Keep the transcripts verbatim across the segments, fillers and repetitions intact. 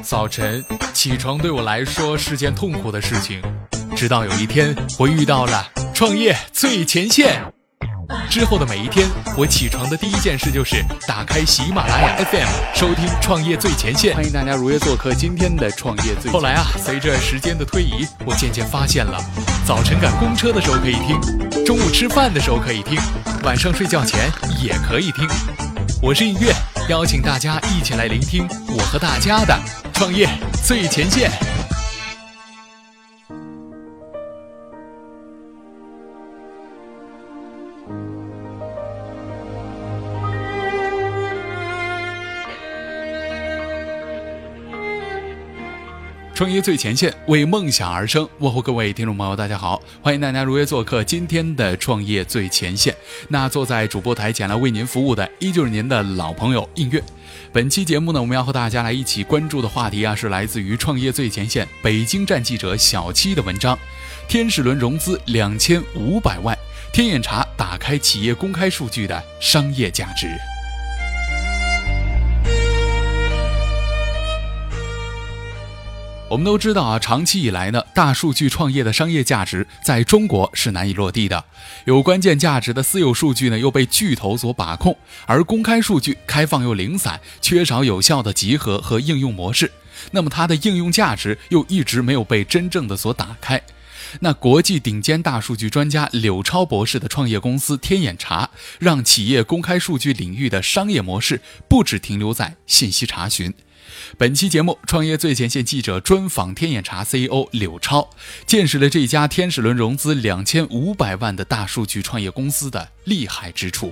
早晨起床对我来说是件痛苦的事情，直到有一天我遇到了创业最前线。之后的每一天，我起床的第一件事就是打开喜马拉雅 F M 收听创业最前线。 欢迎大家如约做客今天的创业最前线。 后来啊，随着时间的推移，我渐渐发现了，早晨赶公车的时候可以听，中午吃饭的时候可以听，晚上睡觉前也可以听。我是音乐，邀请大家一起来聆听我和大家的创业最前线。创业最前线，为梦想而生。问候各位听众朋友，大家好，欢迎大家如约做客今天的创业最前线。那坐在主播台前来为您服务的，依旧是您的老朋友映月。本期节目呢，我们要和大家来一起关注的话题啊，是来自于创业最前线北京站记者小七的文章：天使轮融资两千五百万，天眼查打开企业公开数据的商业价值。我们都知道啊，长期以来呢，大数据创业的商业价值在中国是难以落地的。有关键价值的私有数据呢，又被巨头所把控，而公开数据开放又零散，缺少有效的集合和应用模式。那么它的应用价值又一直没有被真正的所打开。那国际顶尖大数据专家柳超博士的创业公司天眼查，让企业公开数据领域的商业模式不只停留在信息查询。本期节目，创业最前线记者专访天眼查 C E O 柳超，见识了这家天使轮融资两千五百万的大数据创业公司的厉害之处。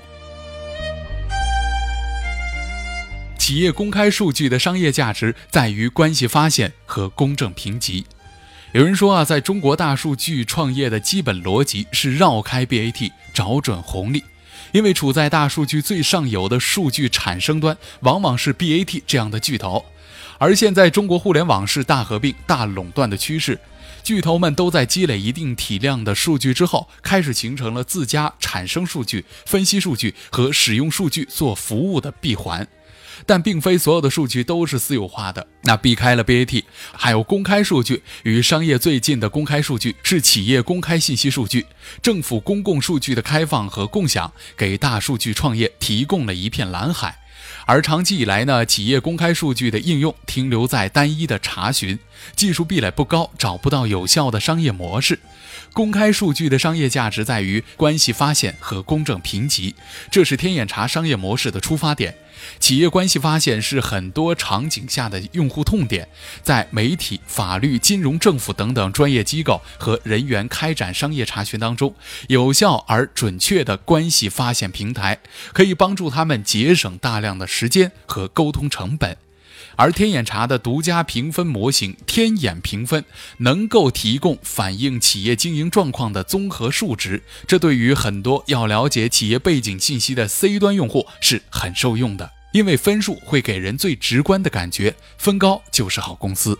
企业公开数据的商业价值在于关系发现和公正评级。有人说啊，在中国大数据创业的基本逻辑是绕开 B A T， 找准红利。因为处在大数据最上游的数据产生端，往往是 B A T 这样的巨头。而现在中国互联网是大合并、大垄断的趋势，巨头们都在积累一定体量的数据之后，开始形成了自家产生数据、分析数据和使用数据做服务的闭环。但并非所有的数据都是私有化的，那避开了 B A T， 还有公开数据。与商业最近的公开数据是企业公开信息数据，政府公共数据的开放和共享，给大数据创业提供了一片蓝海。而长期以来呢，企业公开数据的应用停留在单一的查询，技术壁垒不高，找不到有效的商业模式。公开数据的商业价值在于关系发现和公正评级，这是天眼查商业模式的出发点。企业关系发现是很多场景下的用户痛点，在媒体、法律、金融、政府等等专业机构和人员开展商业查询当中，有效而准确的关系发现平台，可以帮助他们节省大量的时间和沟通成本。而天眼查的独家评分模型天眼评分能够提供反映企业经营状况的综合数值，这对于很多要了解企业背景信息的 C 端用户是很受用的，因为分数会给人最直观的感觉，分高就是好公司。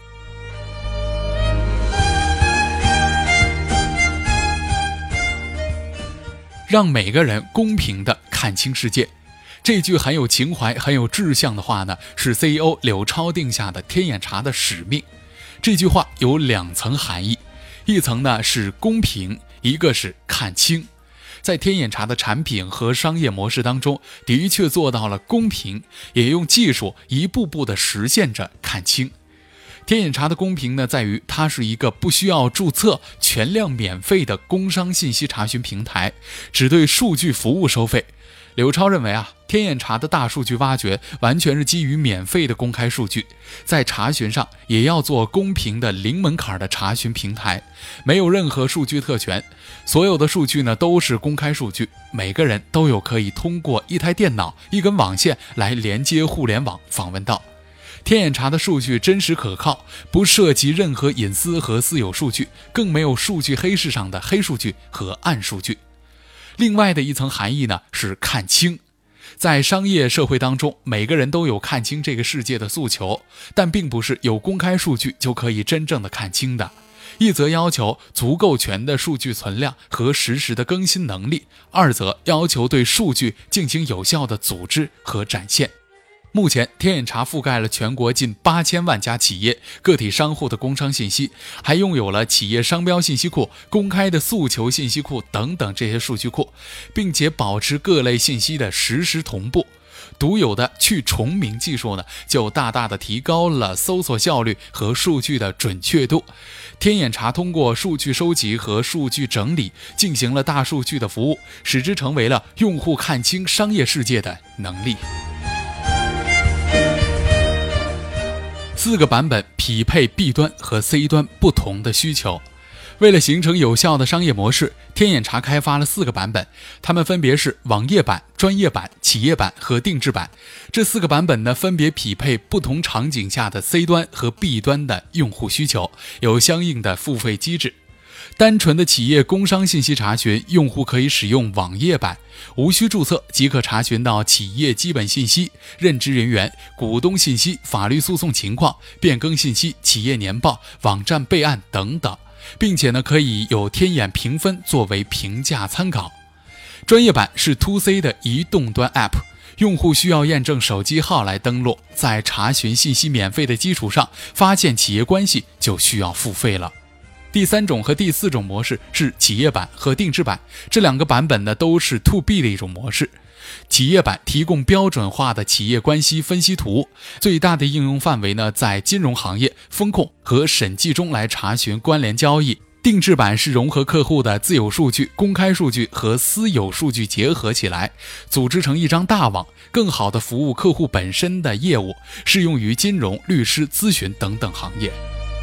让每个人公平地看清世界，这句很有情怀、很有志向的话呢，是 C E O 柳超定下的天眼查的使命。这句话有两层含义，一层呢是公平，一个是看清。在天眼查的产品和商业模式当中，的确做到了公平，也用技术一步步地实现着看清。天眼查的公平呢，在于它是一个不需要注册、全量免费的工商信息查询平台，只对数据服务收费。柳超认为啊，天眼查的大数据挖掘完全是基于免费的公开数据，在查询上也要做公平的零门槛的查询平台，没有任何数据特权，所有的数据呢都是公开数据，每个人都有可以通过一台电脑、一根网线来连接互联网访问到。天眼查的数据真实可靠，不涉及任何隐私和私有数据，更没有数据黑市上的黑数据和暗数据。另外的一层含义呢是看清。在商业社会当中，每个人都有看清这个世界的诉求，但并不是有公开数据就可以真正的看清的。一则要求足够全的数据存量和实时的更新能力，二则要求对数据进行有效的组织和展现。 目前，天眼查覆盖了全国近八千万家企业、个体商户的工商信息，还拥有了企业商标信息库、公开的诉求信息库等等这些数据库，并且保持各类信息的实时同步。独有的去重名技术呢，就大大的提高了搜索效率和数据的准确度。天眼查通过数据收集和数据整理，进行了大数据的服务，使之成为了用户看清商业世界的能力。四个版本匹配 B 端和 C 端不同的需求。为了形成有效的商业模式，天眼查开发了四个版本，它们分别是网页版、专业版、企业版和定制版。这四个版本呢，分别匹配不同场景下的 C 端和 B 端的用户需求，有相应的付费机制。单纯的企业工商信息查询，用户可以使用网页版，无需注册即可查询到企业基本信息、任职人员、股东信息、法律诉讼情况、变更信息、企业年报、网站备案等等，并且呢可以有天眼评分作为评价参考。专业版是 to C 的移动端 App， 用户需要验证手机号来登录，在查询信息免费的基础上，发现企业关系就需要付费了。第三种和第四种模式是企业版和定制版，这两个版本呢都是 to B 的一种模式。企业版提供标准化的企业关系分析图，最大的应用范围呢在金融行业、风控和审计中来查询关联交易。定制版是融合客户的自有数据、公开数据和私有数据结合起来，组织成一张大网，更好地服务客户本身的业务，适用于金融、律师、咨询等等行业。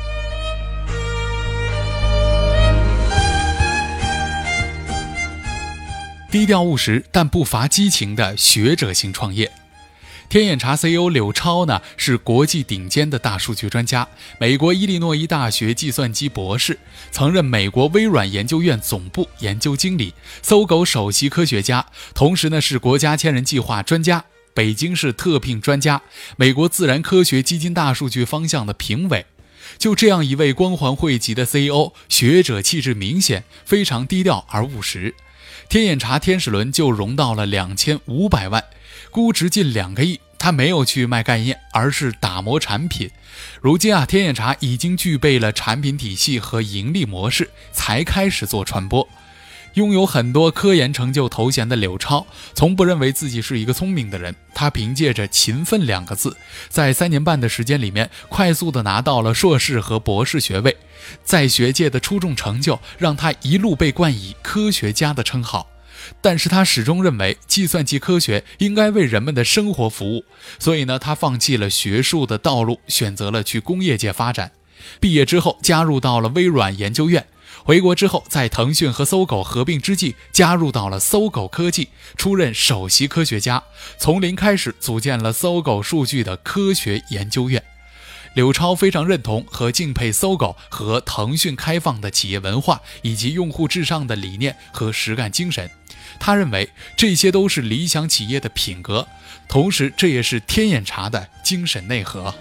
低调务实但不乏激情的学者型创业。天眼查 C E O 柳超呢是国际顶尖的大数据专家，美国伊利诺伊大学计算机博士，曾任美国微软研究院总部研究经理，搜狗首席科学家，同时呢是国家千人计划专家，北京市特聘专家，美国自然科学基金大数据方向的评委。就这样一位光环汇集的 C E O， 学者气质明显，非常低调而务实。天眼查天使轮就融到了两千五百万，估值近两个亿。他没有去卖概念，而是打磨产品。如今啊，天眼查已经具备了产品体系和盈利模式，才开始做传播。拥有很多科研成就头衔的柳超，从不认为自己是一个聪明的人。他凭借着勤奋两个字，在三年半的时间里面，快速地拿到了硕士和博士学位。在学界的出众成就，让他一路被冠以科学家的称号。但是他始终认为计算机科学应该为人们的生活服务，所以呢，他放弃了学术的道路，选择了去工业界发展。毕业之后加入到了微软研究院，回国之后在腾讯和搜狗合并之际加入到了搜狗科技，出任首席科学家，从零开始组建了搜狗数据的科学研究院。柳超非常认同和敬佩搜狗和腾讯开放的企业文化以及用户至上的理念和实干精神，他认为这些都是理想企业的品格，同时这也是天眼查的精神内核。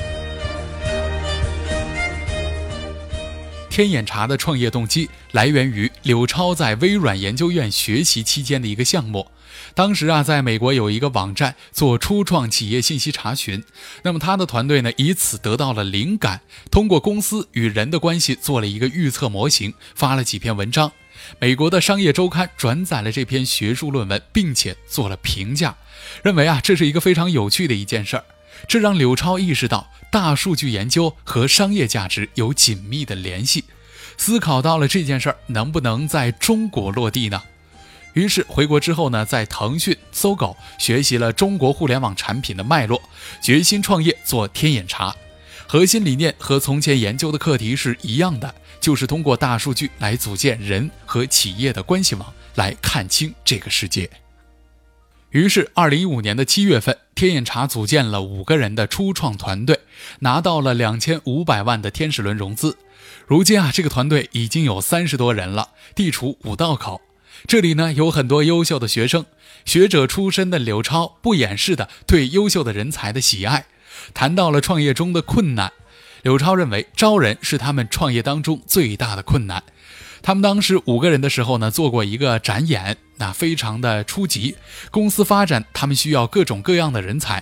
天眼查的创业动机来源于柳超在微软研究院学习期间的一个项目。当时啊，在美国有一个网站做初创企业信息查询，那么他的团队呢，以此得到了灵感，通过公司与人的关系做了一个预测模型，发了几篇文章。美国的商业周刊转载了这篇学术论文，并且做了评价，认为啊，这是一个非常有趣的一件事儿。这让柳超意识到大数据研究和商业价值有紧密的联系，思考到了这件事儿能不能在中国落地呢？于是回国之后呢，在腾讯、搜狗学习了中国互联网产品的脉络，决心创业做天眼查。核心理念和从前研究的课题是一样的，就是通过大数据来组建人和企业的关系网，来看清这个世界。于是二零一五年的七月份，天眼查组建了五个人的初创团队，拿到了两千五百万的天使轮融资。如今啊，这个团队已经有三十多人了，地处五道口。这里呢有很多优秀的学生，学者出身的柳超不掩饰的对优秀的人才的喜爱。谈到了创业中的困难，柳超认为招人是他们创业当中最大的困难。他们当时五个人的时候呢，做过一个展演，那非常的初级。公司发展他们需要各种各样的人才，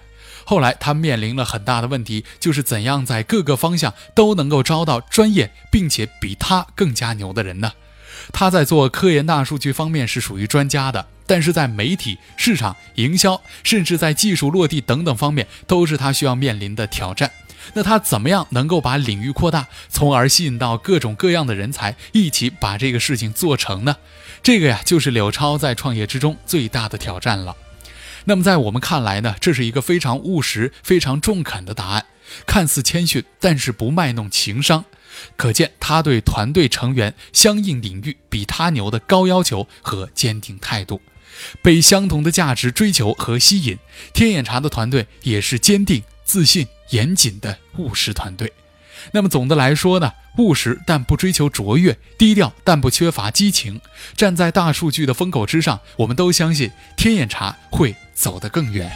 后来他面临了很大的问题，就是怎样在各个方向都能够招到专业并且比他更加牛的人呢？他在做科研大数据方面是属于专家的，但是在媒体、市场、营销，甚至在技术落地等等方面，都是他需要面临的挑战。那他怎么样能够把领域扩大，从而吸引到各种各样的人才，一起把这个事情做成呢？这个呀，就是柳超在创业之中最大的挑战了。那么在我们看来呢，这是一个非常务实、非常中肯的答案，看似谦逊，但是不卖弄情商，可见他对团队成员相应领域比他牛的高要求和坚定态度。被相同的价值追求和吸引，天眼查的团队也是坚定、自信、严谨的务实团队。那么总的来说呢，务实但不追求卓越，低调但不缺乏激情，站在大数据的风口之上，我们都相信天眼查会走得更远。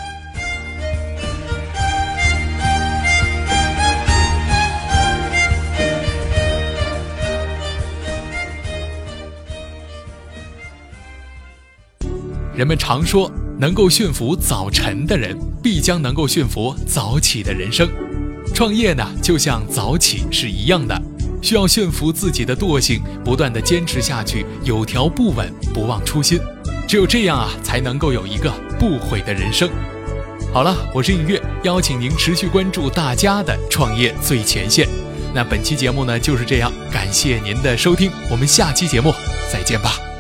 人们常说，能够驯服早晨的人，必将能够驯服早起的人生。创业呢，就像早起是一样的，需要驯服自己的惰性，不断的坚持下去，有条不紊，不忘初心。只有这样啊，才能够有一个不悔的人生。好了，我是尹月，邀请您持续关注大家的创业最前线。那本期节目呢就是这样，感谢您的收听，我们下期节目再见吧。